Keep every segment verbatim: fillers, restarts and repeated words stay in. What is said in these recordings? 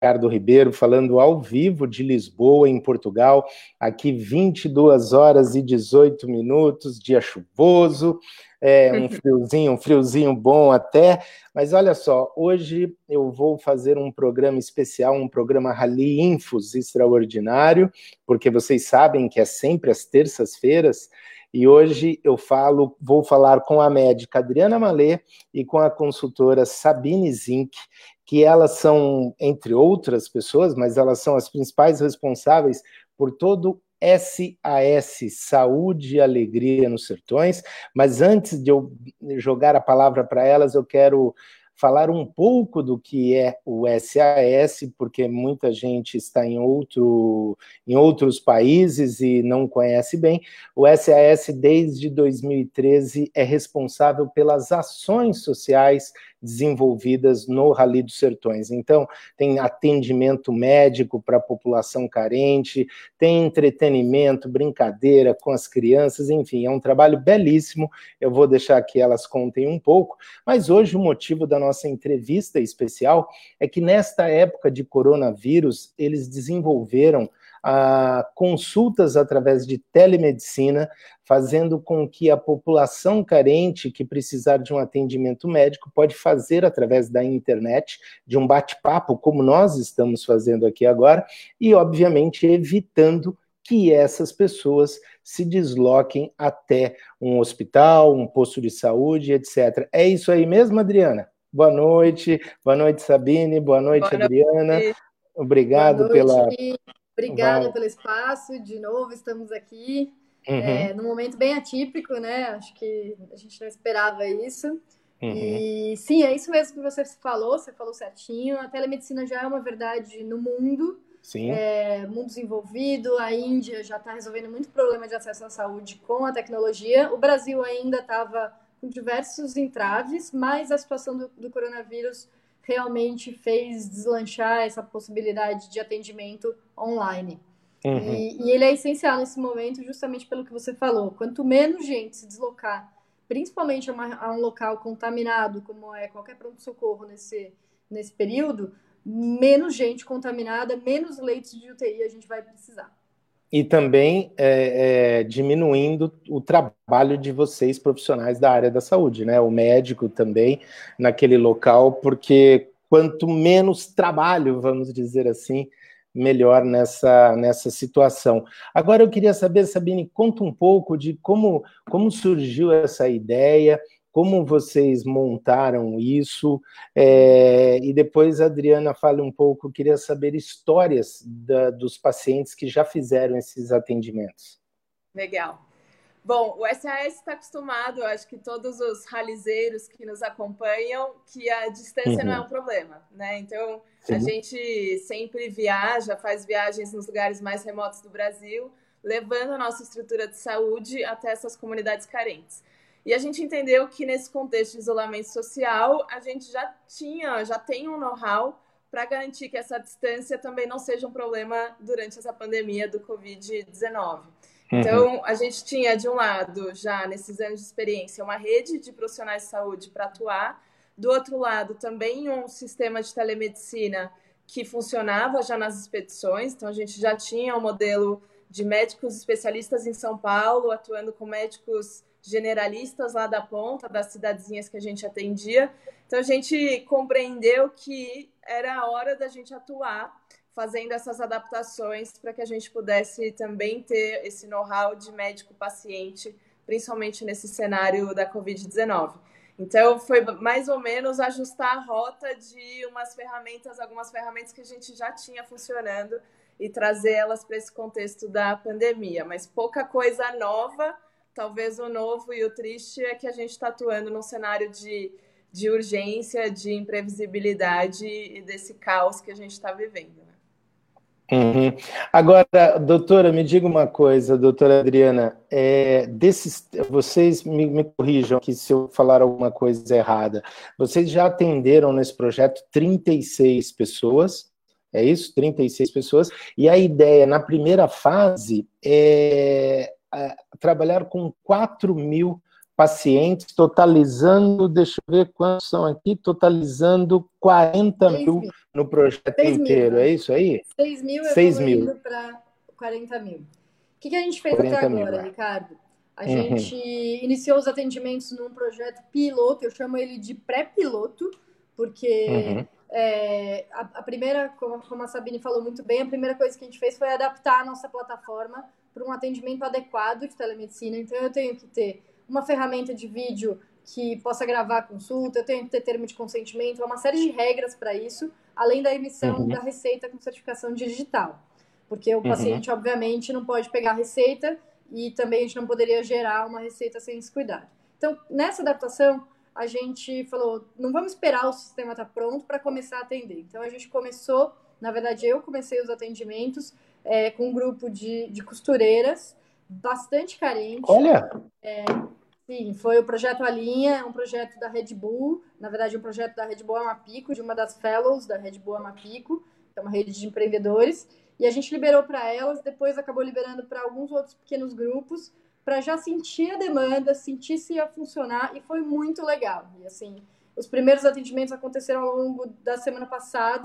Ricardo Ribeiro, falando ao vivo de Lisboa, em Portugal, aqui vinte e duas horas e dezoito minutos, dia chuvoso, é, um friozinho, um friozinho bom até, mas olha só, hoje eu vou fazer um programa especial, um programa Rally Infos extraordinário, porque vocês sabem que é sempre às terças-feiras, e hoje eu falo, vou falar com a médica Adriana Malê e com a consultora Sabine Zink, que elas são, entre outras pessoas, mas elas são as principais responsáveis por todo S A S, Saúde e Alegria nos Sertões. Mas antes de eu jogar a palavra para elas, eu quero falar um pouco do que é o S A S, porque muita gente está em, outro, em outros países e não conhece bem. O S A S, desde dois mil e treze, é responsável pelas ações sociais desenvolvidas no Rally dos Sertões. Então, tem atendimento médico para a população carente, tem entretenimento, brincadeira com as crianças, enfim, é um trabalho belíssimo. Eu vou deixar que elas contem um pouco, mas hoje o motivo da nossa entrevista especial é que nesta época de coronavírus, eles desenvolveram ah, consultas através de telemedicina, fazendo com que a população carente que precisar de um atendimento médico pode fazer através da internet, de um bate-papo, como nós estamos fazendo aqui agora, e, obviamente, evitando que essas pessoas se desloquem até um hospital, um posto de saúde, etcétera. É isso aí mesmo, Adriana? Boa noite, boa noite, Sabine, boa noite, boa Adriana. Noite. Obrigado boa noite. pela... Obrigada Vai. pelo espaço, de novo estamos aqui, uhum. é, num momento bem atípico, né? Acho que a gente não esperava isso. Uhum. E sim, é isso mesmo que você falou, você falou certinho. A telemedicina já é uma verdade no mundo, sim. É, mundo desenvolvido, a Índia já está resolvendo muito problema de acesso à saúde com a tecnologia. O Brasil ainda estava com diversos entraves, mas a situação do, do coronavírus realmente fez deslanchar essa possibilidade de atendimento online. Uhum. E, e ele é essencial nesse momento justamente pelo que você falou. Quanto menos gente se deslocar, principalmente a, uma, a um local contaminado, como é qualquer pronto-socorro nesse, nesse período, menos gente contaminada, menos leitos de U T I a gente vai precisar. E também é, é, diminuindo o trabalho de vocês, profissionais da área da saúde, né? O médico também naquele local, porque quanto menos trabalho, vamos dizer assim, melhor nessa, nessa situação. Agora eu queria saber, Sabine, conta um pouco de como, como surgiu essa ideia, como vocês montaram isso, é, e depois a Adriana fala um pouco, queria saber histórias da, dos pacientes que já fizeram esses atendimentos. Legal. Bom, o S A S está acostumado, acho que todos os ralizeiros que nos acompanham, que a distância uhum. não é um problema, né? Então, Sim. a gente sempre viaja, faz viagens nos lugares mais remotos do Brasil, levando a nossa estrutura de saúde até essas comunidades carentes. E a gente entendeu que nesse contexto de isolamento social, a gente já tinha, já tem um know-how para garantir que essa distância também não seja um problema durante essa pandemia do covid dezenove. Uhum. Então, a gente tinha, de um lado, já nesses anos de experiência, uma rede de profissionais de saúde para atuar, do outro lado, também um sistema de telemedicina que funcionava já nas expedições, então a gente já tinha um modelo de médicos especialistas em São Paulo, atuando com médicos generalistas lá da ponta, das cidadezinhas que a gente atendia. Então, a gente compreendeu que era a hora da gente atuar, fazendo essas adaptações para que a gente pudesse também ter esse know-how de médico-paciente, principalmente nesse cenário da covid dezenove. Então, foi mais ou menos ajustar a rota de umas ferramentas, algumas ferramentas que a gente já tinha funcionando e trazer elas para esse contexto da pandemia. Mas pouca coisa nova. Talvez o novo e o triste é que a gente está atuando num cenário de, de urgência, de imprevisibilidade e desse caos que a gente está vivendo. Né? Uhum. Agora, doutora, me diga uma coisa, doutora Adriana, é, desses, vocês me, me corrijam aqui se eu falar alguma coisa errada, vocês já atenderam nesse projeto trinta e seis pessoas, é isso? trinta e seis pessoas, e a ideia na primeira fase é... trabalhar com quatro mil pacientes, totalizando, deixa eu ver quantos são aqui, totalizando quarenta mil no projeto inteiro, é isso aí? seis mil evoluindo para quarenta mil. O que, que a gente fez até agora, mil, Ricardo? A uhum. gente iniciou os atendimentos num projeto piloto, eu chamo ele de pré-piloto, porque uhum. é, a, a primeira, como, como a Sabine falou muito bem, a primeira coisa que a gente fez foi adaptar a nossa plataforma para um atendimento adequado de telemedicina. Então, eu tenho que ter uma ferramenta de vídeo que possa gravar a consulta, eu tenho que ter termo de consentimento, uma série de regras para isso, além da emissão uhum. da receita com certificação digital. Porque o uhum. paciente, obviamente, não pode pegar a receita e também a gente não poderia gerar uma receita sem esse cuidado. Então, nessa adaptação, a gente falou, não vamos esperar o sistema estar pronto para começar a atender. Então, a gente começou, na verdade, eu comecei os atendimentos é, com um grupo de, de costureiras, bastante carente. Olha! É, sim, foi o Projeto Alinha, um projeto da Red Bull, na verdade, um projeto da Red Bull Amapico, de uma das fellows da Red Bull Amapico, que é uma rede de empreendedores, e a gente liberou para elas, depois acabou liberando para alguns outros pequenos grupos, para já sentir a demanda, sentir se ia funcionar, e foi muito legal. E assim, os primeiros atendimentos aconteceram ao longo da semana passada,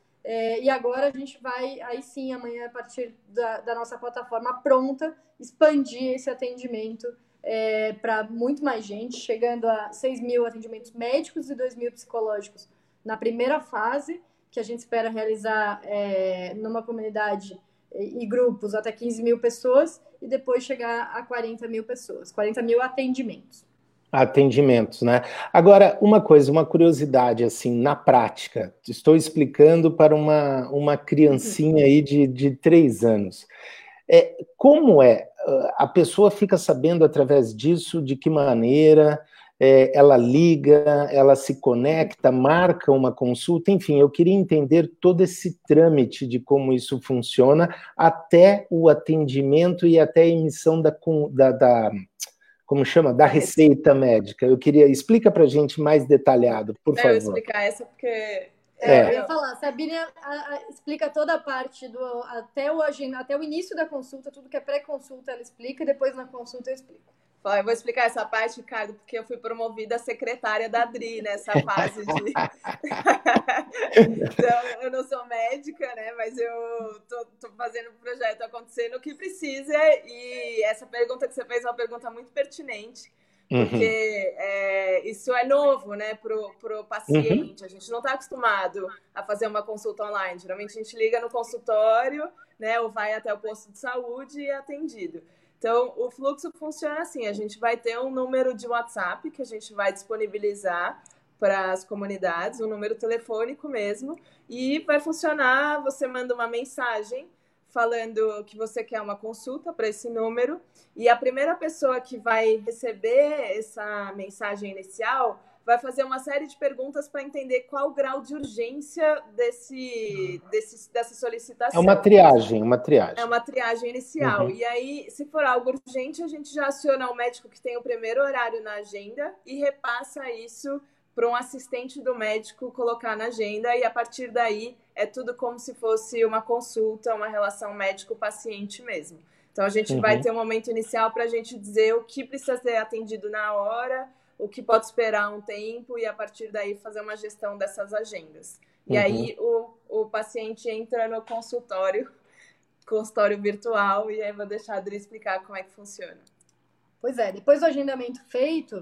é, e agora a gente vai, aí sim, amanhã, a partir da, da nossa plataforma pronta, expandir esse atendimento é, para muito mais gente, chegando a seis mil atendimentos médicos e dois mil psicológicos na primeira fase, que a gente espera realizar é, numa comunidade e grupos até quinze mil pessoas, e depois chegar a quarenta mil pessoas, quarenta mil atendimentos. Atendimentos, né? Agora, uma coisa, uma curiosidade, assim, na prática, estou explicando para uma, uma criancinha aí de, de três anos. É, como é? A pessoa fica sabendo através disso, de que maneira... É, ela liga, ela se conecta, marca uma consulta, enfim, eu queria entender todo esse trâmite de como isso funciona, até o atendimento e até a emissão da, da, da como chama? Da receita médica. Eu queria, explica pra gente mais detalhado, por favor. Eu vou explicar essa porque... É, é. Eu ia falar, a Sabine a, a, explica toda a parte, do, até, o, até o início da consulta, tudo que é pré-consulta ela explica, e depois na consulta eu explico. Eu vou explicar essa parte, Ricardo, porque eu fui promovida a secretária da Adri nessa fase de... Então, eu não sou médica, né? Mas eu tô, tô fazendo o projeto acontecer no que precisa. E essa pergunta que você fez é uma pergunta muito pertinente, porque uhum. é, isso é novo, né, pro, pro paciente. Uhum. A gente não está acostumado a fazer uma consulta online. Geralmente a gente liga no consultório, né, ou vai até o posto de saúde e é atendido. Então, o fluxo funciona assim, a gente vai ter um número de WhatsApp que a gente vai disponibilizar para as comunidades, um número telefônico mesmo, e vai funcionar, você manda uma mensagem falando que você quer uma consulta para esse número, e a primeira pessoa que vai receber essa mensagem inicial vai fazer uma série de perguntas para entender qual o grau de urgência desse, desse, dessa solicitação. É uma triagem, uma triagem. É uma triagem inicial. Uhum. E aí, se for algo urgente, a gente já aciona o médico que tem o primeiro horário na agenda e repassa isso para um assistente do médico colocar na agenda, e a partir daí é tudo como se fosse uma consulta, uma relação médico-paciente mesmo. Então, a gente uhum. vai ter um momento inicial para a gente dizer o que precisa ser atendido na hora, o que pode esperar um tempo, e a partir daí fazer uma gestão dessas agendas. E uhum. aí o, o paciente entra no consultório, consultório virtual, e aí vou deixar a Adri explicar como é que funciona. Pois é, depois do agendamento feito,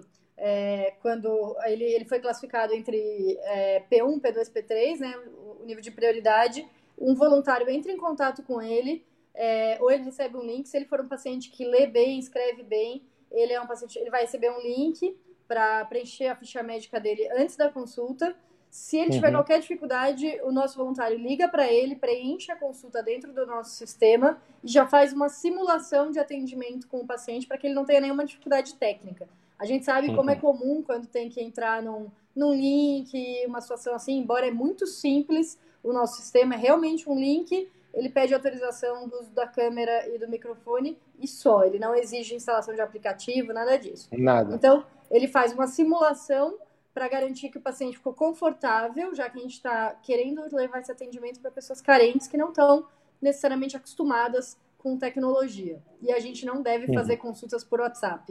é, quando ele, ele foi classificado entre é, P um, P dois, P três, né, o nível de prioridade, um voluntário entra em contato com ele, é, ou ele recebe um link. Se ele for um paciente que lê bem, escreve bem, ele é um paciente, ele vai receber um link para preencher a ficha médica dele antes da consulta. Se ele tiver uhum. qualquer dificuldade, o nosso voluntário liga para ele, preenche a consulta dentro do nosso sistema e já faz uma simulação de atendimento com o paciente para que ele não tenha nenhuma dificuldade técnica. A gente sabe uhum. como é comum quando tem que entrar num, num link, uma situação assim, embora é muito simples, o nosso sistema é realmente um link, ele pede autorização do uso da câmera e do microfone e só, ele não exige instalação de aplicativo, nada disso. Nada. Então, ele faz uma simulação para garantir que o paciente ficou confortável, já que a gente está querendo levar esse atendimento para pessoas carentes que não estão necessariamente acostumadas com tecnologia. E a gente não deve fazer uhum. consultas por WhatsApp.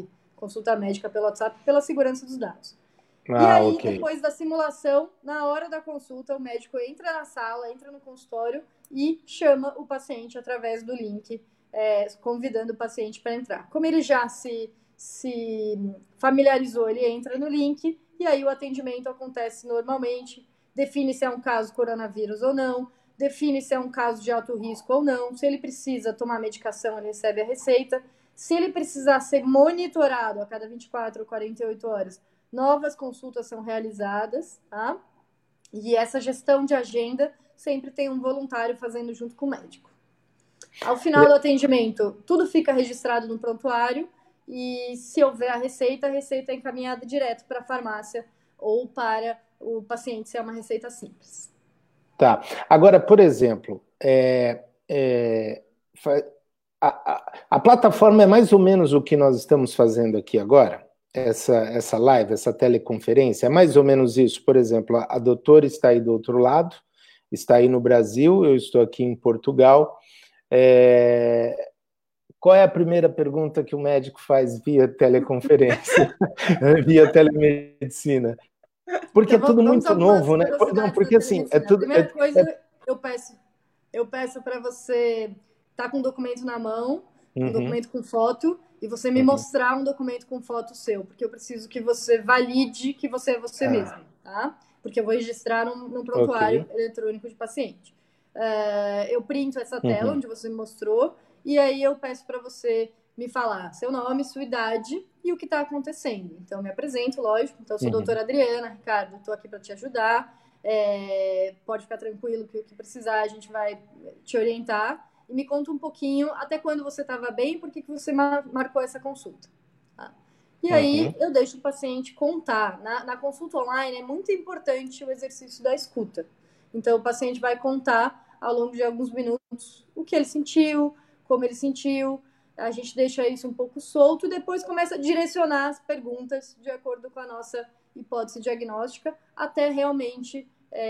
consulta médica pelo WhatsApp pela segurança dos dados. Ah, e aí, okay. Depois da simulação, na hora da consulta, o médico entra na sala, entra no consultório e chama o paciente através do link, é, convidando o paciente para entrar. Como ele já se, se familiarizou, ele entra no link e aí o atendimento acontece normalmente, define se é um caso coronavírus ou não, define se é um caso de alto risco ou não, se ele precisa tomar medicação, ele recebe a receita, se ele precisar ser monitorado a cada vinte e quatro ou quarenta e oito horas, novas consultas são realizadas, tá? E essa gestão de agenda sempre tem um voluntário fazendo junto com o médico. Ao final do atendimento, tudo fica registrado no prontuário e se houver a receita, a receita é encaminhada direto para a farmácia ou para o paciente, se é uma receita simples. Tá. Agora, por exemplo, é, é, a, a, a plataforma é mais ou menos o que nós estamos fazendo aqui agora? Essa, essa live, essa teleconferência, é mais ou menos isso. Por exemplo, a, a doutora está aí do outro lado, está aí no Brasil, eu estou aqui em Portugal. É... Qual é a primeira pergunta que o médico faz via teleconferência, via telemedicina? Porque então, é tudo muito novo, né? Não, porque assim, é tudo... Primeira é, coisa, é... eu peço, eu peço para você estar tá com um documento na mão, um uhum. documento com foto, e você me uhum. mostrar um documento com foto seu, porque eu preciso que você valide que você é você ah. mesmo, tá? Porque eu vou registrar num, num prontuário okay. eletrônico de paciente. Uh, eu printo essa tela uhum. onde você me mostrou, e aí eu peço para você me falar seu nome, sua idade e o que está acontecendo. Então, eu me apresento, lógico. Então, eu sou a uhum. doutora Adriana, Ricardo, estou aqui para te ajudar. É, pode ficar tranquilo que o que precisar, a gente vai te orientar. E me conta um pouquinho até quando você estava bem e por que, que você marcou essa consulta. Tá? E aí, uhum. eu deixo o paciente contar. Na, na consulta online, é muito importante o exercício da escuta. Então, o paciente vai contar, ao longo de alguns minutos, o que ele sentiu, como ele sentiu. A gente deixa isso um pouco solto e depois começa a direcionar as perguntas de acordo com a nossa hipótese diagnóstica até realmente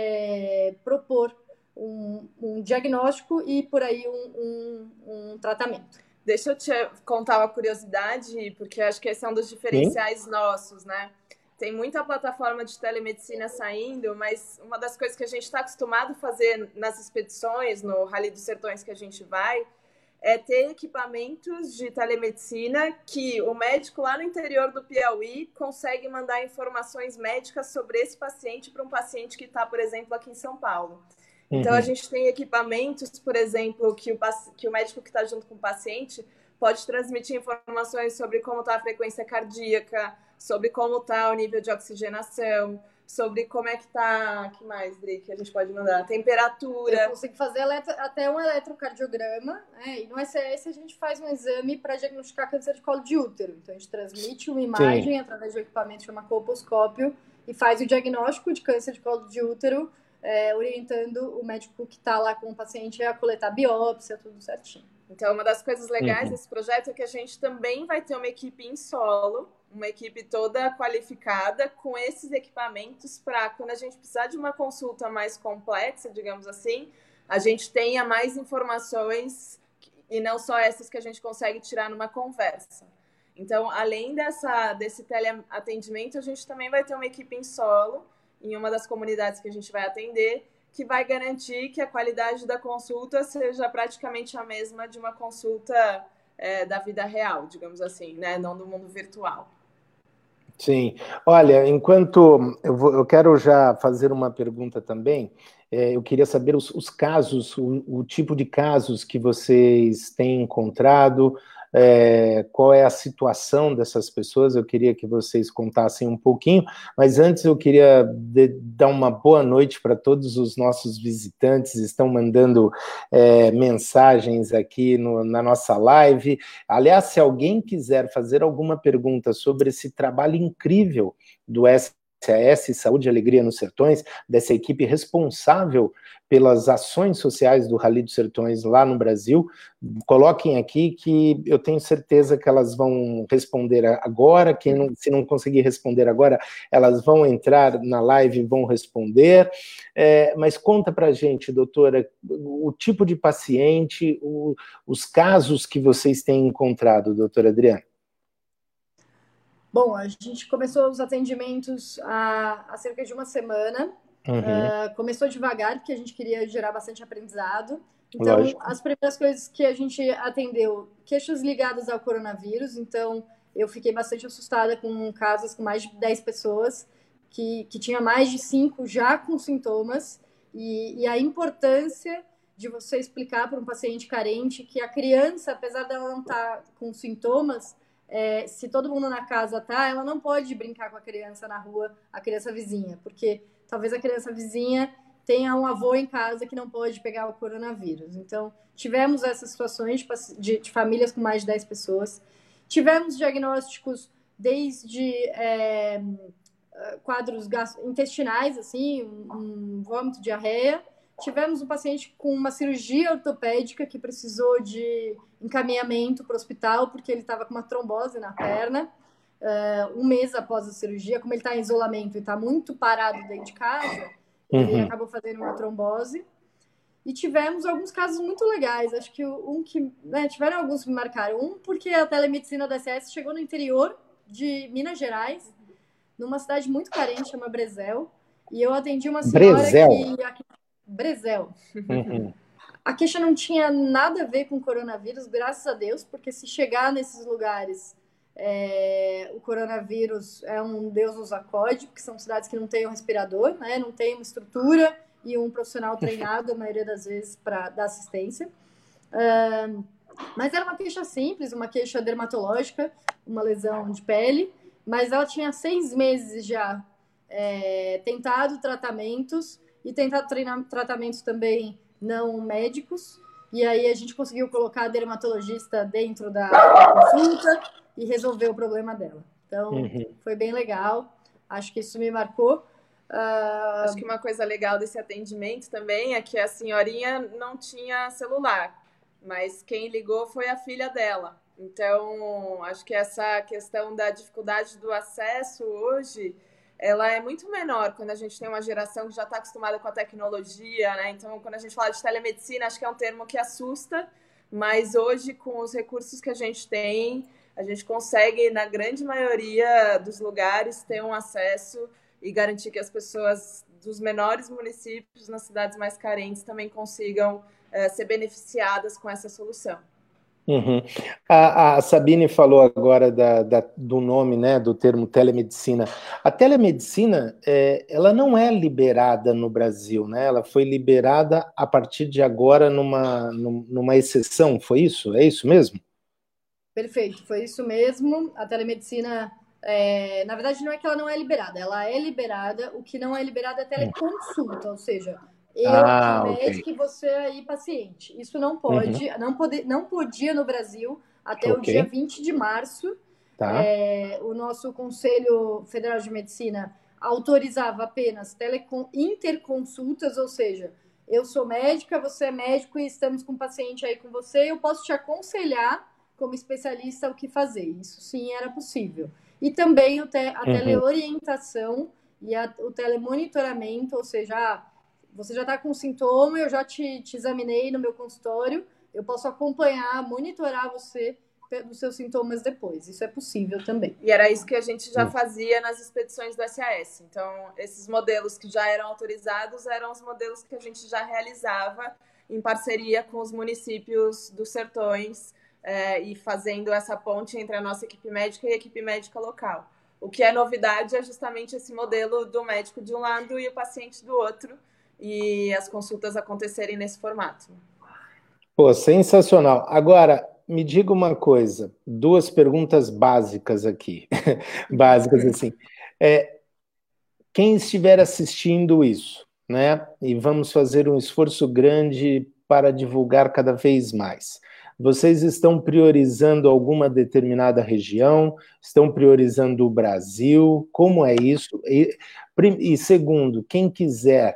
é, propor um, um diagnóstico e, por aí, um, um, um tratamento. Deixa eu te contar uma curiosidade, porque acho que esse é um dos diferenciais Sim. nossos, né? Tem muita plataforma de telemedicina saindo, mas uma das coisas que a gente está acostumado a fazer nas expedições, no Rally dos Sertões que a gente vai, é ter equipamentos de telemedicina que o médico lá no interior do Piauí consegue mandar informações médicas sobre esse paciente para um paciente que está, por exemplo, aqui em São Paulo. Uhum. Então, a gente tem equipamentos, por exemplo, que o, que o médico que está junto com o paciente pode transmitir informações sobre como está a frequência cardíaca, sobre como está o nível de oxigenação, sobre como é que tá, que mais, Dri, que a gente pode mandar? Temperatura. Eu consigo fazer até um eletrocardiograma, né? E no S A S a gente faz um exame para diagnosticar câncer de colo de útero. Então a gente transmite uma imagem Sim. através de um equipamento que chama colposcópio e faz o diagnóstico de câncer de colo de útero, é, orientando o médico que está lá com o paciente a coletar biópsia, tudo certinho. Então, uma das coisas legais uhum. desse projeto é que a gente também vai ter uma equipe em solo, uma equipe toda qualificada com esses equipamentos para, quando a gente precisar de uma consulta mais complexa, digamos assim, a gente tenha mais informações e não só essas que a gente consegue tirar numa conversa. Então, além dessa, desse teleatendimento, a gente também vai ter uma equipe em solo, em uma das comunidades que a gente vai atender, que vai garantir que a qualidade da consulta seja praticamente a mesma de uma consulta é, da vida real, digamos assim, né? Não do mundo virtual. Sim. Olha, enquanto eu, vou, eu quero já fazer uma pergunta também, é, eu queria saber os, os casos, o, o tipo de casos que vocês têm encontrado, é, qual é a situação dessas pessoas, eu queria que vocês contassem um pouquinho, mas antes eu queria de, dar uma boa noite para todos os nossos visitantes, estão mandando é, mensagens aqui no, na nossa live. Aliás, se alguém quiser fazer alguma pergunta sobre esse trabalho incrível do S A S, Saúde e Alegria nos Sertões, dessa equipe responsável pelas ações sociais do Rally dos Sertões lá no Brasil, coloquem aqui que eu tenho certeza que elas vão responder agora, quem não, se não conseguir responder agora, elas vão entrar na live e vão responder, é, mas conta pra gente, doutora, o tipo de paciente, o, os casos que vocês têm encontrado, doutora Adriana. Bom, a gente começou os atendimentos há, há cerca de uma semana. Uhum. Uh, começou devagar, porque a gente queria gerar bastante aprendizado. Então, Lógico. As primeiras coisas que a gente atendeu, queixas ligadas ao coronavírus. Então, eu fiquei bastante assustada com casos com mais de dez pessoas, que, que tinha mais de cinco já com sintomas. E, e a importância de você explicar para um paciente carente que a criança, apesar dela não estar com sintomas, É, se todo mundo na casa tá, ela não pode brincar com a criança na rua, a criança vizinha, porque talvez a criança vizinha tenha um avô em casa que não pode pegar o coronavírus. Então, tivemos essas situações de, de, de famílias com mais de dez pessoas. Tivemos diagnósticos desde é, quadros intestinais, assim, um, um vômito, diarreia. Tivemos um paciente com uma cirurgia ortopédica que precisou de encaminhamento para o hospital porque ele estava com uma trombose na perna. Uh, um mês após a cirurgia, como ele está em isolamento e está muito parado dentro de casa, uhum. ele acabou fazendo uma trombose. E tivemos alguns casos muito legais. Acho que um que... Né, tiveram alguns que me marcaram. Um porque a telemedicina da S A S chegou no interior de Minas Gerais, numa cidade muito carente, chama Brezéu. E eu atendi uma senhora Brezéu. que... Brezéu. Uhum. A queixa não tinha nada a ver com coronavírus, graças a Deus, porque se chegar nesses lugares, é, o coronavírus é um Deus nos acode, porque são cidades que não têm um respirador, né, não tem uma estrutura e um profissional treinado, a maioria das vezes, para dar assistência. Uh, mas era uma queixa simples, uma queixa dermatológica, uma lesão de pele, mas ela tinha seis meses já é, tentado tratamentos, e tentar treinar tratamentos também não médicos, e aí a gente conseguiu colocar a dermatologista dentro da consulta e resolver o problema dela. Então, uhum. foi bem legal, acho que isso me marcou. Uh... Acho que uma coisa legal desse atendimento também é que a senhorinha não tinha celular, mas quem ligou foi a filha dela. Então, acho que essa questão da dificuldade do acesso hoje... ela é muito menor quando a gente tem uma geração que já está acostumada com a tecnologia, né? Então, quando a gente fala de telemedicina, acho que é um termo que assusta, mas hoje, com os recursos que a gente tem, a gente consegue, na grande maioria dos lugares, ter um acesso e garantir que as pessoas dos menores municípios, nas cidades mais carentes, também consigam é, ser beneficiadas com essa solução. Uhum. A, a Sabine falou agora da, da, do nome, né, do termo telemedicina. A telemedicina, é, ela não é liberada no Brasil, né? Ela foi liberada a partir de agora numa, numa exceção, foi isso? É isso mesmo? Perfeito, foi isso mesmo. A telemedicina, é, na verdade, não é que ela não é liberada, ela é liberada, o que não é liberado é a teleconsulta, ou seja... Eu, ah, médico, okay. E você aí, paciente. Isso não pode, uhum. não, pode, não podia no Brasil até okay. o dia vinte de março. Tá. É, o nosso Conselho Federal de Medicina autorizava apenas telecon, interconsultas, ou seja, eu sou médica, você é médico e estamos com um paciente aí com você, eu posso te aconselhar como especialista o que fazer. Isso sim era possível. E também o te, a uhum. teleorientação e a, o telemonitoramento, ou seja, você já está com sintoma, eu já te, te examinei no meu consultório, eu posso acompanhar, monitorar você dos seus sintomas depois. Isso é possível também. E era isso que a gente já fazia nas expedições do S A S. Então, esses modelos que já eram autorizados eram os modelos que a gente já realizava em parceria com os municípios dos sertões é, e fazendo essa ponte entre a nossa equipe médica e a equipe médica local. O que é novidade é justamente esse modelo do médico de um lado e o paciente do outro, e as consultas acontecerem nesse formato. Pô, sensacional. Agora, me diga uma coisa, duas perguntas básicas aqui, básicas assim. É, quem estiver assistindo isso, né, e vamos fazer um esforço grande para divulgar cada vez mais. Vocês estão priorizando alguma determinada região? Estão priorizando o Brasil? Como é isso? E, e segundo, quem quiser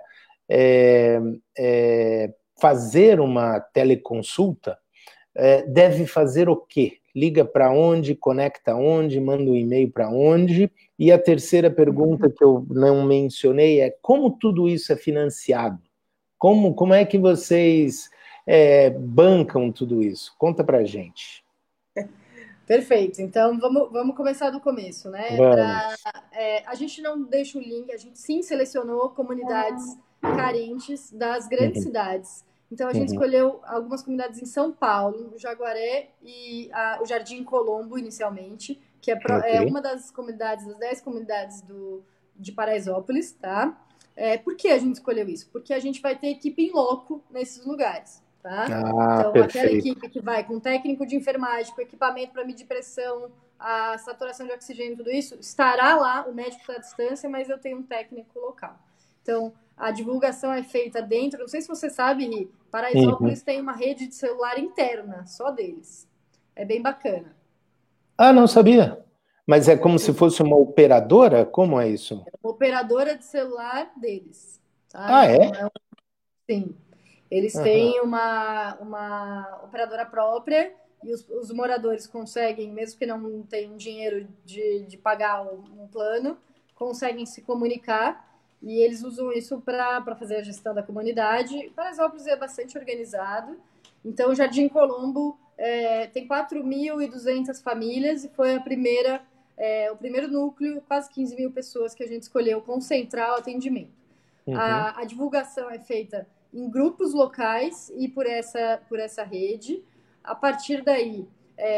É, é, fazer uma teleconsulta, é, deve fazer o quê? Liga para onde, conecta onde, manda um e-mail para onde? E a terceira pergunta que eu não mencionei é como tudo isso é financiado? Como, como é que vocês é, bancam tudo isso? Conta para a gente. Perfeito. Então, vamos, vamos começar do começo, né? Pra, é, a gente não deixa o link, a gente sim selecionou comunidades carentes das grandes uhum. cidades. Então, a gente uhum. escolheu algumas comunidades em São Paulo, o Jaguaré e a, o Jardim Colombo, inicialmente, que é, pro, okay. é uma das comunidades, das dez comunidades do, de Paraisópolis, tá? É, por que a gente escolheu isso? Porque a gente vai ter equipe em loco nesses lugares. Tá? Ah, então, perfeito. Aquela equipe que vai com técnico de enfermagem, com equipamento para medir pressão, a saturação de oxigênio, tudo isso, estará lá, o médico está à distância, mas eu tenho um técnico local. Então, a divulgação é feita dentro, não sei se você sabe, Ri, Paraisópolis uhum. tem uma rede de celular interna, só deles. É bem bacana. Ah, não sabia. Mas é como Sim. se fosse uma operadora? Como é isso? É uma operadora de celular deles. Sabe? Ah, é? Então, é um... Sim. Eles uhum. têm uma, uma operadora própria e os, os moradores conseguem, mesmo que não tenham dinheiro de, de pagar um plano, conseguem se comunicar e eles usam isso para fazer a gestão da comunidade. Paraisópolis é bastante organizado. Então, o Jardim Colombo é, tem quatro mil e duzentas famílias e foi a primeira, é, o primeiro núcleo, quase quinze mil pessoas que a gente escolheu com central atendimento. Uhum. A, a divulgação é feita em grupos locais e por essa, por essa rede. A partir daí,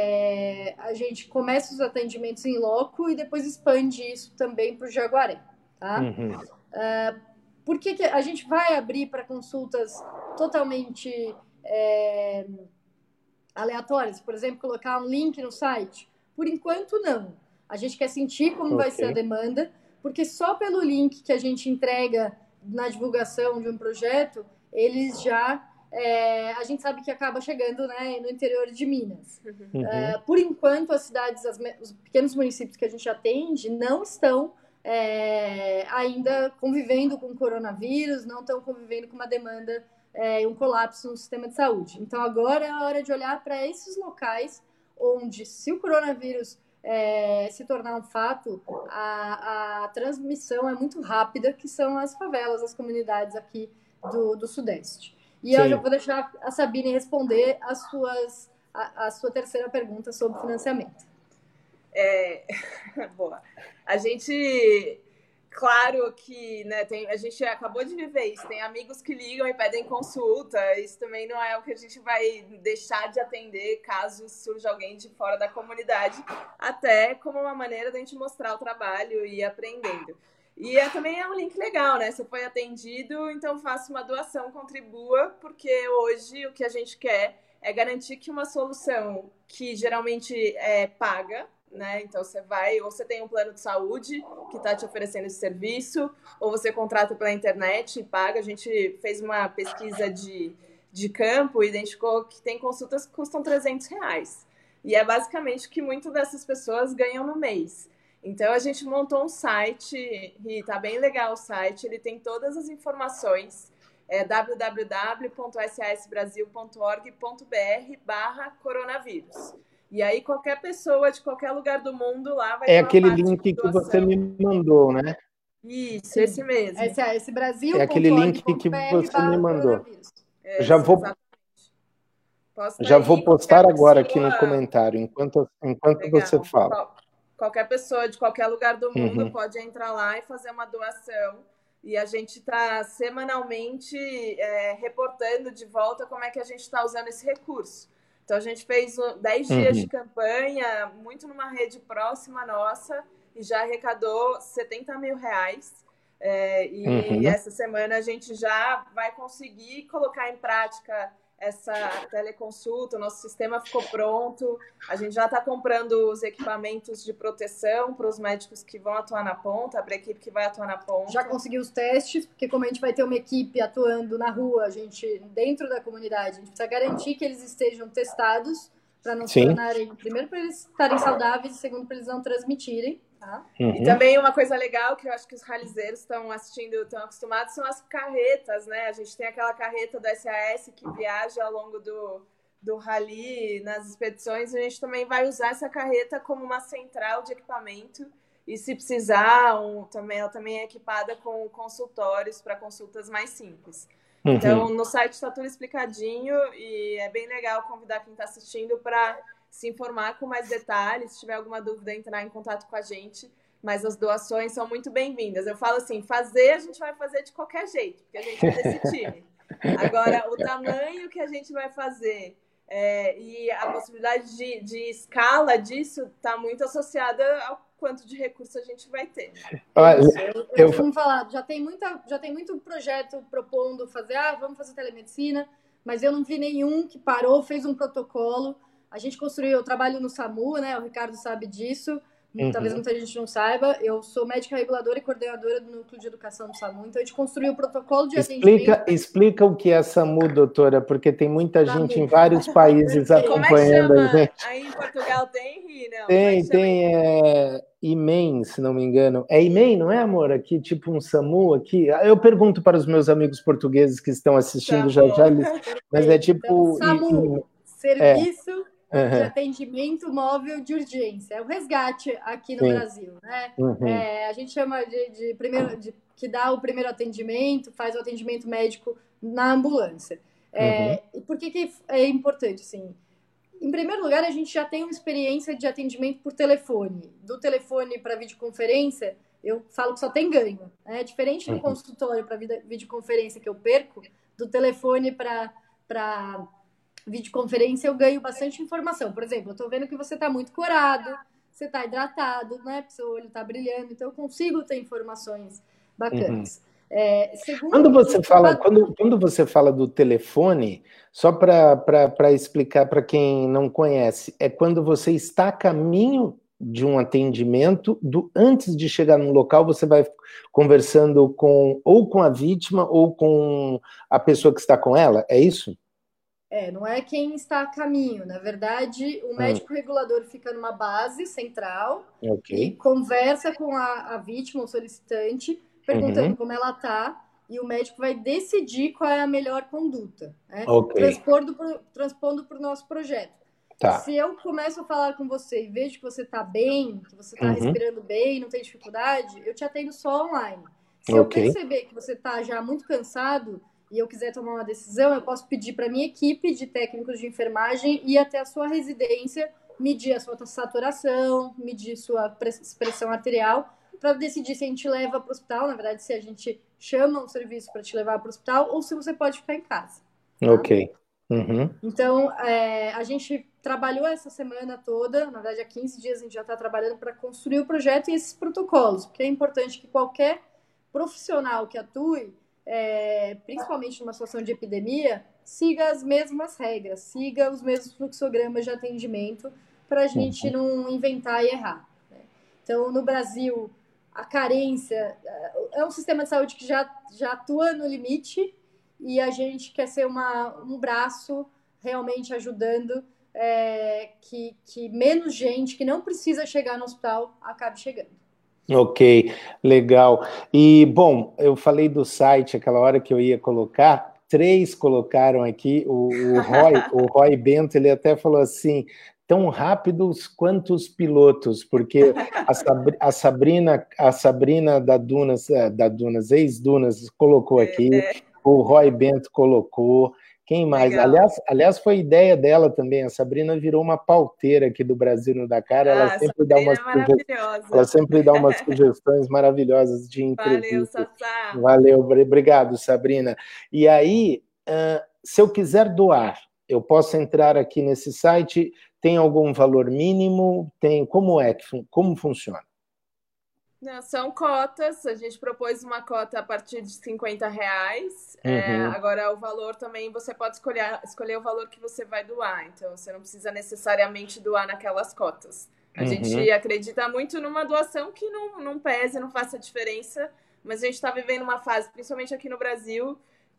é, a gente começa os atendimentos em loco e depois expande isso também para o Jaguaré. Tá? Uhum. Uh, por que, que a gente vai abrir para consultas totalmente é, aleatórias? Por exemplo, colocar um link no site? Por enquanto, não. A gente quer sentir como okay. vai ser a demanda, porque só pelo link que a gente entrega na divulgação de um projeto, eles já, é, a gente sabe que acaba chegando, né, no interior de Minas. Uhum. Uh, por enquanto, as cidades, as, os pequenos municípios que a gente atende não estão é, ainda convivendo com o coronavírus, não estão convivendo com uma demanda, é, um colapso no sistema de saúde. Então, agora é a hora de olhar para esses locais onde, se o coronavírus É, se tornar um fato, a, a transmissão é muito rápida, que são as favelas, as comunidades aqui do, do Sudeste. E Sim. eu já vou deixar a Sabine responder as suas, a, a sua terceira pergunta sobre financiamento. É... Boa. A gente... Claro que, né, tem, a gente acabou de viver isso, tem amigos que ligam e pedem consulta, isso também não é o que a gente vai deixar de atender caso surja alguém de fora da comunidade, até como uma maneira da gente mostrar o trabalho e ir aprendendo. E é, também é um link legal, né? Você foi atendido, então faça uma doação, contribua, porque hoje o que a gente quer é garantir que uma solução que geralmente é paga, né? Então você vai, ou você tem um plano de saúde que está te oferecendo esse serviço, ou você contrata pela internet e paga. A gente fez uma pesquisa de, de campo e identificou que tem consultas que custam trezentos reais. E é basicamente o que muitas dessas pessoas ganham no mês. Então a gente montou um site, e tá bem legal o site, ele tem todas as informações, é w w w ponto s a s brasil ponto org ponto b r barra coronavírus. E aí qualquer pessoa de qualquer lugar do mundo lá vai É aquele link que você me mandou, né? Isso, Sim. esse mesmo. S A S Brasil. É aquele link que você me mandou. É, Já vou, já vou postar agora pessoa... aqui no comentário, enquanto, enquanto você fala. Qual, qualquer pessoa de qualquer lugar do mundo uhum. pode entrar lá e fazer uma doação. E a gente está semanalmente é, reportando de volta como é que a gente está usando esse recurso. Então, a gente fez dez dias uhum. de campanha, muito numa rede próxima nossa, e já arrecadou setenta mil reais. É, e uhum. essa semana a gente já vai conseguir colocar em prática essa teleconsulta, o nosso sistema ficou pronto, a gente já está comprando os equipamentos de proteção para os médicos que vão atuar na ponta, para a equipe que vai atuar na ponta. Já conseguiu os testes, porque como a gente vai ter uma equipe atuando na rua, a gente, dentro da comunidade, a gente precisa garantir que eles estejam testados para não Sim. se tornarem, primeiro para eles estarem saudáveis e segundo para eles não transmitirem. Tá? Uhum. E também uma coisa legal que eu acho que os ralizeiros estão assistindo, estão acostumados, são as carretas, né? A gente tem aquela carreta do S A S que viaja ao longo do, do rally, nas expedições, a gente também vai usar essa carreta como uma central de equipamento e se precisar, um, também, ela também é equipada com consultórios para consultas mais simples. Uhum. Então, no site está tudo explicadinho e é bem legal convidar quem está assistindo para se informar com mais detalhes, se tiver alguma dúvida, entrar em contato com a gente. Mas as doações são muito bem-vindas. Eu falo assim, fazer a gente vai fazer de qualquer jeito, porque a gente é desse time. Agora, o tamanho que a gente vai fazer é, e a possibilidade de, de escala disso está muito associada ao quanto de recurso a gente vai ter. Olha, eu, eu, eu... Vamos falar, já tem, muita, já tem muito projeto propondo fazer, ah, vamos fazer telemedicina, mas eu não vi nenhum que parou, fez um protocolo. A gente construiu, eu trabalho no SAMU, né? O Ricardo sabe disso. Uhum. Talvez muita gente não saiba, eu sou médica reguladora e coordenadora do Núcleo de Educação do SAMU, então a gente construiu o protocolo de explica, atendimento. Explica o que é SAMU, doutora, porque tem muita SAMU. gente em vários países acompanhando. Como é que chama? A gente. Aí em Portugal tem, Ri, não? Tem, tem, é, I M E N, se não me engano. É I M E N, não é, amor? Aqui, tipo um SAMU aqui. Eu pergunto para os meus amigos portugueses que estão assistindo, já, já eles... mas é tipo... Então, SAMU, I... Serviço... É. Uhum. De atendimento móvel de urgência, é o resgate aqui no Sim. Brasil, né? Uhum. É, a gente chama de, de primeiro, de, que dá o primeiro atendimento, faz o atendimento médico na ambulância. É, uhum. E por que, que é importante, assim? Em primeiro lugar, a gente já tem uma experiência de atendimento por telefone. Do telefone para videoconferência, eu falo que só tem ganho. É diferente do uhum. consultório para videoconferência que eu perco, do telefone para para videoconferência eu ganho bastante informação. Por exemplo, eu estou vendo que você está muito corado, você está hidratado, né? Seu olho está brilhando, então eu consigo ter informações bacanas. Uhum. É, segundo, quando você fala, quando, quando você fala do telefone, só para explicar para quem não conhece, é quando você está a caminho de um atendimento, do, antes de chegar no local, você vai conversando com ou com a vítima ou com a pessoa que está com ela, é isso? É, não é quem está a caminho. Na verdade, o médico hum. regulador fica numa base central okay. e conversa com a, a vítima, o solicitante, perguntando uhum. como ela está, e o médico vai decidir qual é a melhor conduta, né? Okay. Transpondo pro, transpondo para o nosso projeto. Tá. Se eu começo a falar com você e vejo que você está bem, que você está uhum. respirando bem, não tem dificuldade, eu te atendo só online. Se okay. eu perceber que você está já muito cansado e eu quiser tomar uma decisão, eu posso pedir para a minha equipe de técnicos de enfermagem ir até a sua residência, medir a sua saturação, medir sua pressão arterial, para decidir se a gente leva para o hospital, na verdade, se a gente chama um serviço para te levar para o hospital, ou se você pode ficar em casa. Tá? Ok. Uhum. Então, é, a gente trabalhou essa semana toda, na verdade, há quinze dias a gente já está trabalhando para construir o projeto e esses protocolos, porque é importante que qualquer profissional que atue, É, principalmente numa situação de epidemia, siga as mesmas regras, siga os mesmos fluxogramas de atendimento para a gente não inventar e errar. Né? Então, no Brasil, a carência é um sistema de saúde que já, já atua no limite e a gente quer ser uma, um braço realmente ajudando é, que, que menos gente que não precisa chegar no hospital acabe chegando. Ok, legal. E, bom, eu falei do site aquela hora que eu ia colocar, três colocaram aqui, o, o, Roy, o Roy Bento, ele até falou assim, tão rápidos quanto os pilotos, porque a, Sabri, a Sabrina, a Sabrina da Dunas, da Dunas, ex-Dunas, colocou aqui, o Roy Bento colocou, quem mais? Aliás, aliás, foi ideia dela também. A Sabrina virou uma pauteira aqui do Brasil no Dakar. Ela, ah, sempre, dá umas é ela sempre dá umas sugestões maravilhosas de entrevista. Valeu, Sassá. Valeu, obrigado, Sabrina. E aí, uh, se eu quiser doar, eu posso entrar aqui nesse site? Tem algum valor mínimo? Tem? Como é que como funciona? Não, são cotas, a gente propôs uma cota a partir de cinquenta reais, uhum. é, agora o valor também, você pode escolher, escolher o valor que você vai doar, então você não precisa necessariamente doar naquelas cotas. A uhum. gente acredita muito numa doação que não, não pese, não faça diferença, mas a gente está vivendo uma fase, principalmente aqui no Brasil,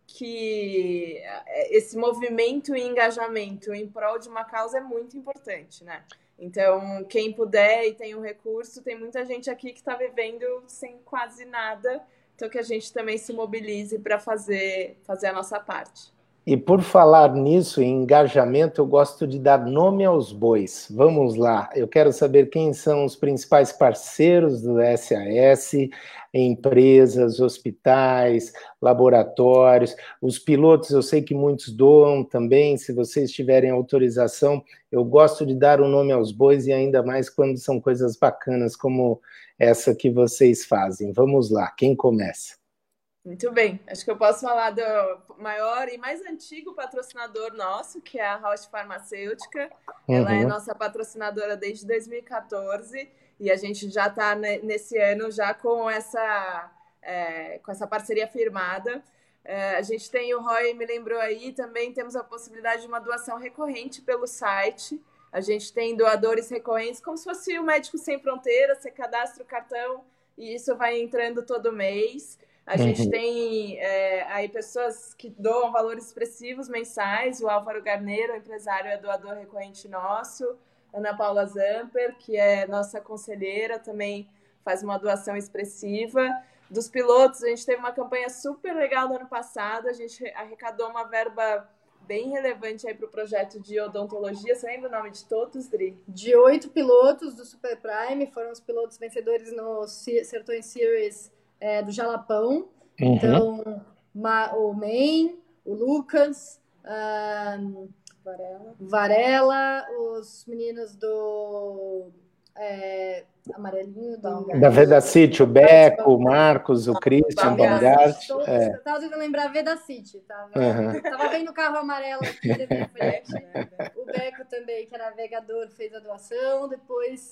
que esse movimento e engajamento em prol de uma causa é muito importante, né? Então, quem puder e tem um recurso, tem muita gente aqui que está vivendo sem quase nada, então que a gente também se mobilize para fazer, fazer a nossa parte. E por falar nisso, em engajamento, eu gosto de dar nome aos bois. Vamos lá, eu quero saber quem são os principais parceiros do S A S, empresas, hospitais, laboratórios. Os pilotos, eu sei que muitos doam também, se vocês tiverem autorização, eu gosto de dar o nome aos bois, e ainda mais quando são coisas bacanas como essa que vocês fazem. Vamos lá, quem começa? Muito bem, acho que eu posso falar do maior e mais antigo patrocinador nosso, que é a Roche Farmacêutica. Uhum. Ela é nossa patrocinadora desde dois mil e quatorze, e a gente já está nesse ano já com essa, é, com essa parceria firmada. É, a gente tem, o Roy me lembrou aí, também temos a possibilidade de uma doação recorrente pelo site. A gente tem doadores recorrentes, como se fosse o Médico Sem Fronteiras, você cadastra o cartão e isso vai entrando todo mês. A uhum. gente tem é, aí pessoas que doam valores expressivos mensais. O Álvaro Garneiro, empresário, é doador recorrente nosso. Ana Paula Zamper, que é nossa conselheira, também faz uma doação expressiva. Dos pilotos, a gente teve uma campanha super legal no ano passado. A gente arrecadou uma verba bem relevante aí para o projeto de odontologia. Você lembra o nome de todos, Dri? De oito pilotos do Super Prime, foram os pilotos vencedores no Sertões Series É, do Jalapão. Uhum. Então, Ma, o Man, o Lucas, um, Varela. Varela, os meninos do é, Amarelinho, do, da Vedacity, o Beco, o Marcos, o Christian, o Baumgart. É. Eu estava tentando lembrar a Vedacity, tava, uhum. tava vendo o carro amarelo aqui na minha frente, né? O Beco também, que era navegador, fez a doação, depois...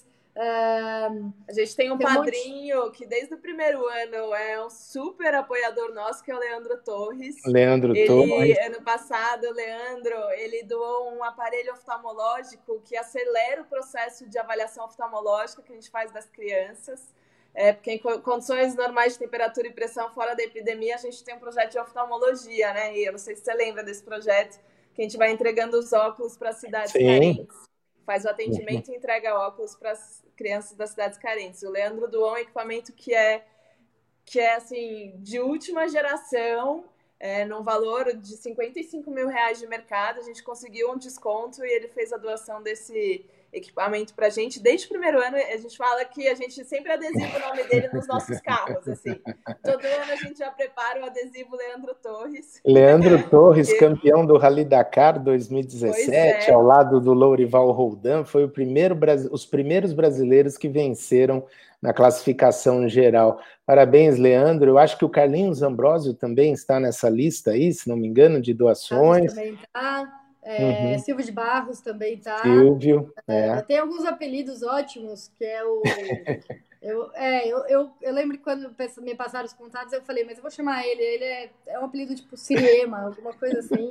Um, a gente tem um tem padrinho um monte... que desde o primeiro ano é um super apoiador nosso, que é o Leandro Torres. Leandro ele, Torres. Ano passado, o Leandro, ele doou um aparelho oftalmológico que acelera o processo de avaliação oftalmológica que a gente faz das crianças. É, porque em condições normais de temperatura e pressão fora da epidemia, a gente tem um projeto de oftalmologia, né? E eu não sei se você lembra desse projeto, que a gente vai entregando os óculos para as cidades Sim. carentes. Faz o atendimento e entrega óculos para as crianças das cidades carentes. O Leandro doou um equipamento que é, que é assim, de última geração, é, num valor de cinquenta e cinco mil reais de mercado. A gente conseguiu um desconto e ele fez a doação desse equipamento para a gente. Desde o primeiro ano, a gente fala que a gente sempre adesiva o nome dele nos nossos carros. Assim. Todo ano a gente já prepara o adesivo Leandro Torres. Leandro Torres, Porque... campeão do Rally Dakar dois mil e dezessete, é. ao lado do Lourival Roldan, foi o primeiro, os primeiros brasileiros que venceram na classificação geral. Parabéns, Leandro. Eu acho que o Carlinhos Ambrosio também está nessa lista aí, se não me engano, de doações. Carlos também está. É, uhum. Silvio de Barros também tá. Silvio, é. É, tem alguns apelidos ótimos, que é o... eu, é, eu, eu, eu lembro que quando me passaram os contatos, eu falei, mas eu vou chamar ele, ele é, é um apelido tipo Siriema, alguma coisa assim.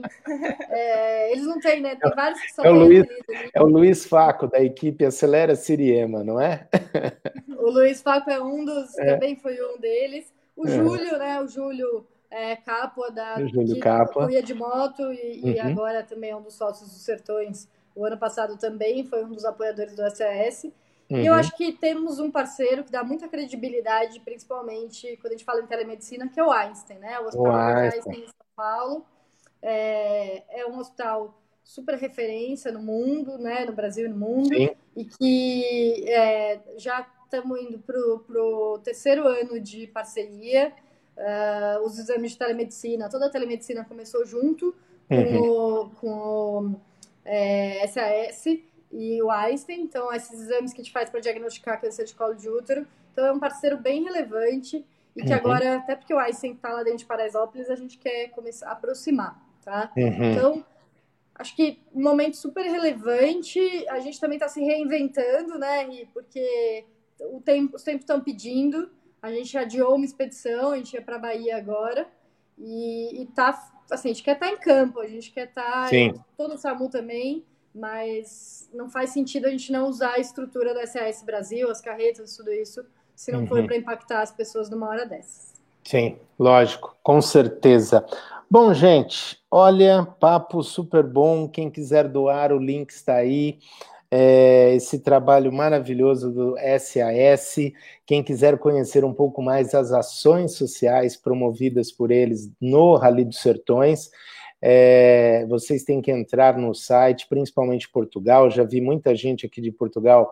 É, eles não têm, né? Tem vários que são é o Luiz, é o Luiz Faco, da equipe Acelera Siriema, não é? O Luiz Faco é um dos, é. também foi um deles. O é. Júlio, né? O Júlio... É, Capua, da Júlio Capua. corria de moto e, uhum. e agora também é um dos sócios dos Sertões. O ano passado também foi um dos apoiadores do S A S. Uhum. E eu acho que temos um parceiro que dá muita credibilidade, principalmente quando a gente fala em telemedicina, que é o Einstein, né? O Hospital Einstein. Einstein em São Paulo. É, é um hospital super referência no mundo, né? No Brasil e no mundo. Sim. E que é, já estamos indo para o terceiro ano de parceria. Uh, os exames de telemedicina, toda a telemedicina começou junto com uhum. o, com o é, S A S e o Einstein, então esses exames que a gente faz para diagnosticar câncer de colo de útero, então é um parceiro bem relevante e que uhum. agora, até porque o Einstein está lá dentro de Paraisópolis, a gente quer começar a aproximar, tá? Uhum. Então, acho que um momento super relevante, a gente também está se reinventando, né, porque o tempo, os tempos estão pedindo. A gente adiou uma expedição, a gente ia para a Bahia agora, e, e tá, assim, a gente quer estar em campo, a gente quer estar, todo o SAMU também, mas não faz sentido a gente não usar a estrutura do S A S Brasil, as carretas, tudo isso, se não uhum. for para impactar as pessoas numa hora dessas. Sim, lógico, com certeza. Bom, gente, olha, papo super bom, quem quiser doar, o link está aí. É, esse trabalho maravilhoso do S A S. Quem quiser conhecer um pouco mais as ações sociais promovidas por eles no Rally dos Sertões, É, vocês têm que entrar no site, principalmente Portugal. Já vi muita gente aqui de Portugal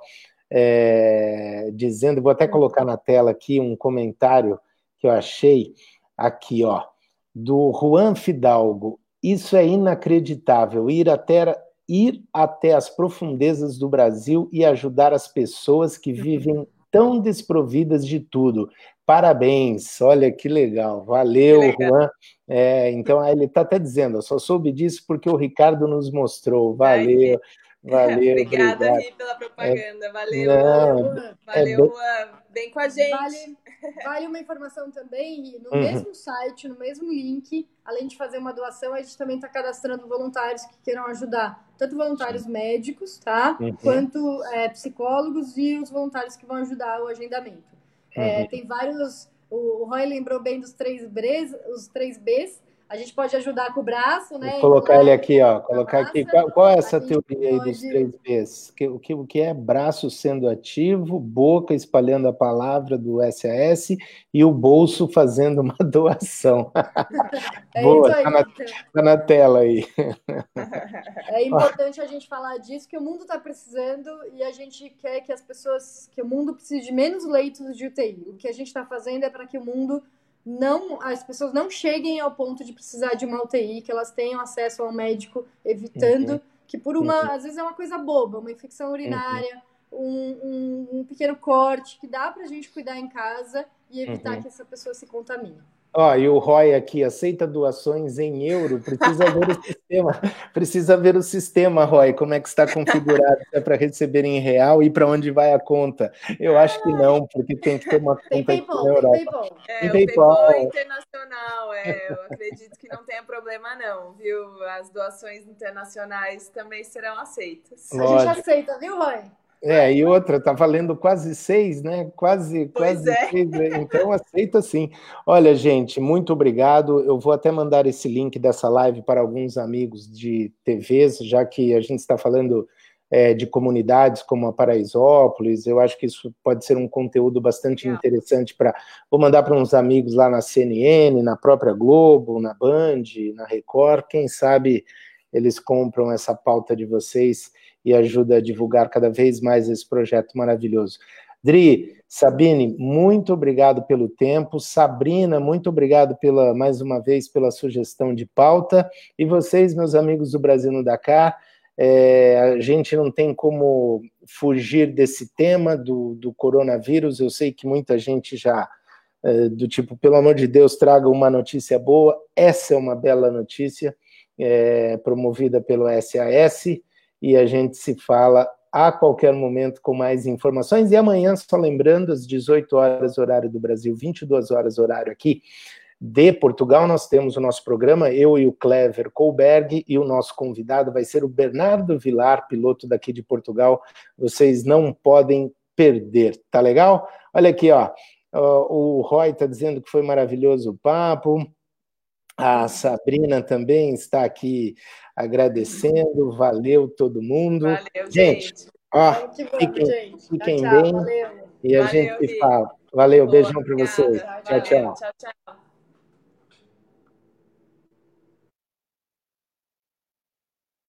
é, dizendo, vou até colocar na tela aqui um comentário que eu achei aqui, ó, do Juan Fidalgo. Isso é inacreditável, ir até, ir até as profundezas do Brasil e ajudar as pessoas que vivem tão desprovidas de tudo. Parabéns, olha que legal, valeu, que legal. Juan. É, então, ele está até dizendo, eu só soube disso porque o Ricardo nos mostrou, valeu, valeu. Obrigada, obrigado. Ri, pela propaganda, é, valeu, não, Juan. Valeu, é Juan, vem com a gente. Vale, vale uma informação também, Ri, no uhum. mesmo site, no mesmo link, além de fazer uma doação, a gente também está cadastrando voluntários que queiram ajudar, tanto voluntários médicos, tá, uhum. quanto é, psicólogos e os voluntários que vão ajudar o agendamento. É, uhum. Tem vários, o, o Roy lembrou bem dos três Bs, os três Bs, a gente pode ajudar com o braço, né? Vou colocar ele aqui, ó, colocar aqui, qual, qual é essa teoria aí pode... dos três Bs? Que, o, que, o que é braço sendo ativo, boca espalhando a palavra do S A S e o bolso fazendo uma doação. É Boa, isso aí, tá na, então. tá na tela aí. É importante a gente falar disso, que o mundo está precisando e a gente quer que as pessoas, que o mundo precise de menos leitos de U T I. O que a gente está fazendo é para que o mundo não, as pessoas não cheguem ao ponto de precisar de uma U T I, que elas tenham acesso ao médico, evitando uhum. que por uma, uhum. às vezes é uma coisa boba, uma infecção urinária, uhum. um, um, um pequeno corte, que dá pra gente cuidar em casa e evitar uhum. que essa pessoa se contamine. Ó, e o Roy aqui, aceita doações em euro, precisa ver o sistema, precisa ver o sistema, Roy, como é que está configurado, se é para receber em real e para onde vai a conta. Eu acho que não, porque tem que ter uma conta tem aqui na Europa. Tem PayPal. É, tem o PayPal. PayPal internacional, é, eu acredito que não tenha problema não, viu? As doações internacionais também serão aceitas. Lógico. A gente aceita, viu, Roy? É, e outra, tá valendo quase seis, né? Quase, pois quase é. seis, então aceita sim. Olha, gente, muito obrigado. Eu vou até mandar esse link dessa live para alguns amigos de T Vs, já que a gente está falando é, de comunidades como a Paraisópolis. Eu acho que isso pode ser um conteúdo bastante Legal. interessante para. Vou mandar para uns amigos lá na C N N, na própria Globo, na Band, na Record. Quem sabe eles compram essa pauta de vocês e ajuda a divulgar cada vez mais esse projeto maravilhoso. Dri, Sabine, muito obrigado pelo tempo. Sabrina, muito obrigado pela, mais uma vez pela sugestão de pauta. E vocês, meus amigos do Brasil no Dakar, é, a gente não tem como fugir desse tema do, do coronavírus. Eu sei que muita gente já, é, do tipo, pelo amor de Deus, traga uma notícia boa. Essa é uma bela notícia, é, promovida pelo S A S, e a gente se fala a qualquer momento com mais informações. E amanhã, só lembrando, às dezoito horas, horário do Brasil, vinte e duas horas, horário aqui de Portugal, nós temos o nosso programa, eu e o Clever Kohlberg, e o nosso convidado vai ser o Bernardo Vilar, piloto daqui de Portugal. Vocês não podem perder, tá legal? Olha aqui, ó, o Roy está dizendo que foi maravilhoso o papo. A Sabrina também está aqui agradecendo, valeu todo mundo. Valeu, gente. gente. Ó, que bom, fiquem, gente. fiquem tchau, bem valeu. e a Valeu, gente se Ri. fala. Valeu, Boa, beijão para vocês. Tchau, Tchau, tchau. tchau, tchau.